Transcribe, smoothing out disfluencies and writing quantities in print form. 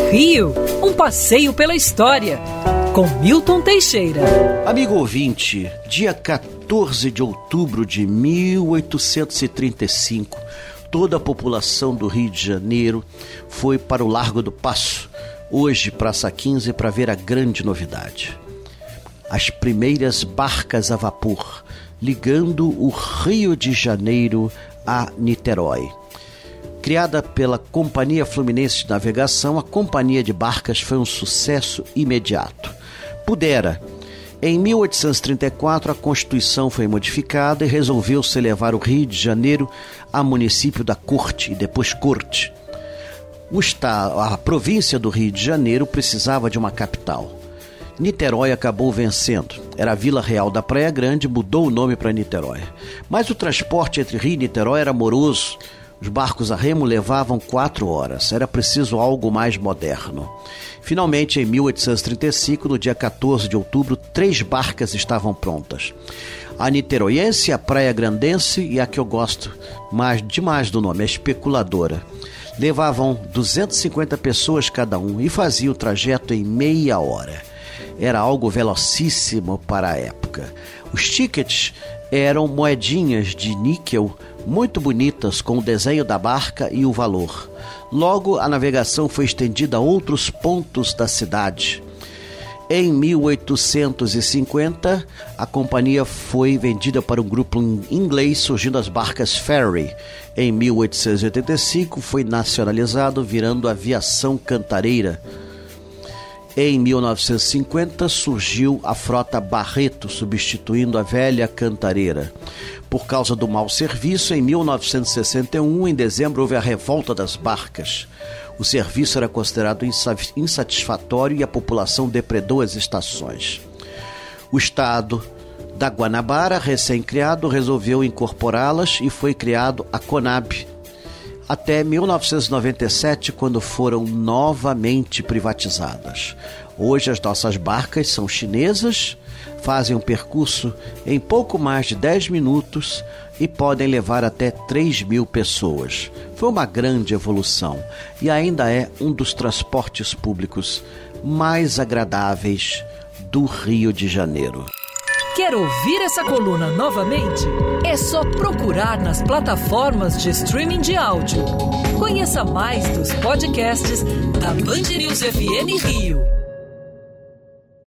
Rio, um passeio pela história, com Milton Teixeira. Amigo ouvinte, dia 14 de outubro de 1835, toda a população do Rio de Janeiro foi para o Largo do Paço, hoje Praça 15, para ver a grande novidade. As primeiras barcas a vapor, ligando o Rio de Janeiro a Niterói. Criada pela Companhia Fluminense de Navegação, a companhia de barcas foi um sucesso imediato. Em 1834, a Constituição foi modificada e resolveu-se levar o Rio de Janeiro a município da Corte e depois Corte. A província do Rio de Janeiro precisava de uma capital. Niterói acabou vencendo. Era a Vila Real da Praia Grande, mudou o nome para Niterói. Mas o transporte entre Rio e Niterói era moroso. Os barcos a remo levavam 4 horas. Era preciso algo mais moderno. Finalmente, em 1835, no dia 14 de outubro, 3 barcas estavam prontas. A niteroiense, a praia grandense e a que eu gosto demais do nome, a especuladora. Levavam 250 pessoas cada um e faziam o trajeto em meia hora. Era algo velocíssimo para a época. Os tickets eram moedinhas de níquel muito bonitas com o desenho da barca e o valor. Logo, a navegação foi estendida a outros pontos da cidade. Em 1850, a companhia foi vendida para um grupo inglês, surgindo as barcas Ferry. Em 1885, foi nacionalizado, virando Aviação Cantareira. Em 1950, surgiu a frota Barreto, substituindo a velha Cantareira. Por causa do mau serviço, em 1961, em dezembro, houve a revolta das barcas. O serviço era considerado insatisfatório e a população depredou as estações. O estado da Guanabara, recém-criado, resolveu incorporá-las e foi criado a Conab, até 1997, quando foram novamente privatizadas. Hoje as nossas barcas são chinesas, fazem um percurso em pouco mais de 10 minutos e podem levar até 3.000 pessoas. Foi uma grande evolução e ainda é um dos transportes públicos mais agradáveis do Rio de Janeiro. Quer ouvir essa coluna novamente? É só procurar nas plataformas de streaming de áudio. Conheça mais dos podcasts da Band News FM Rio.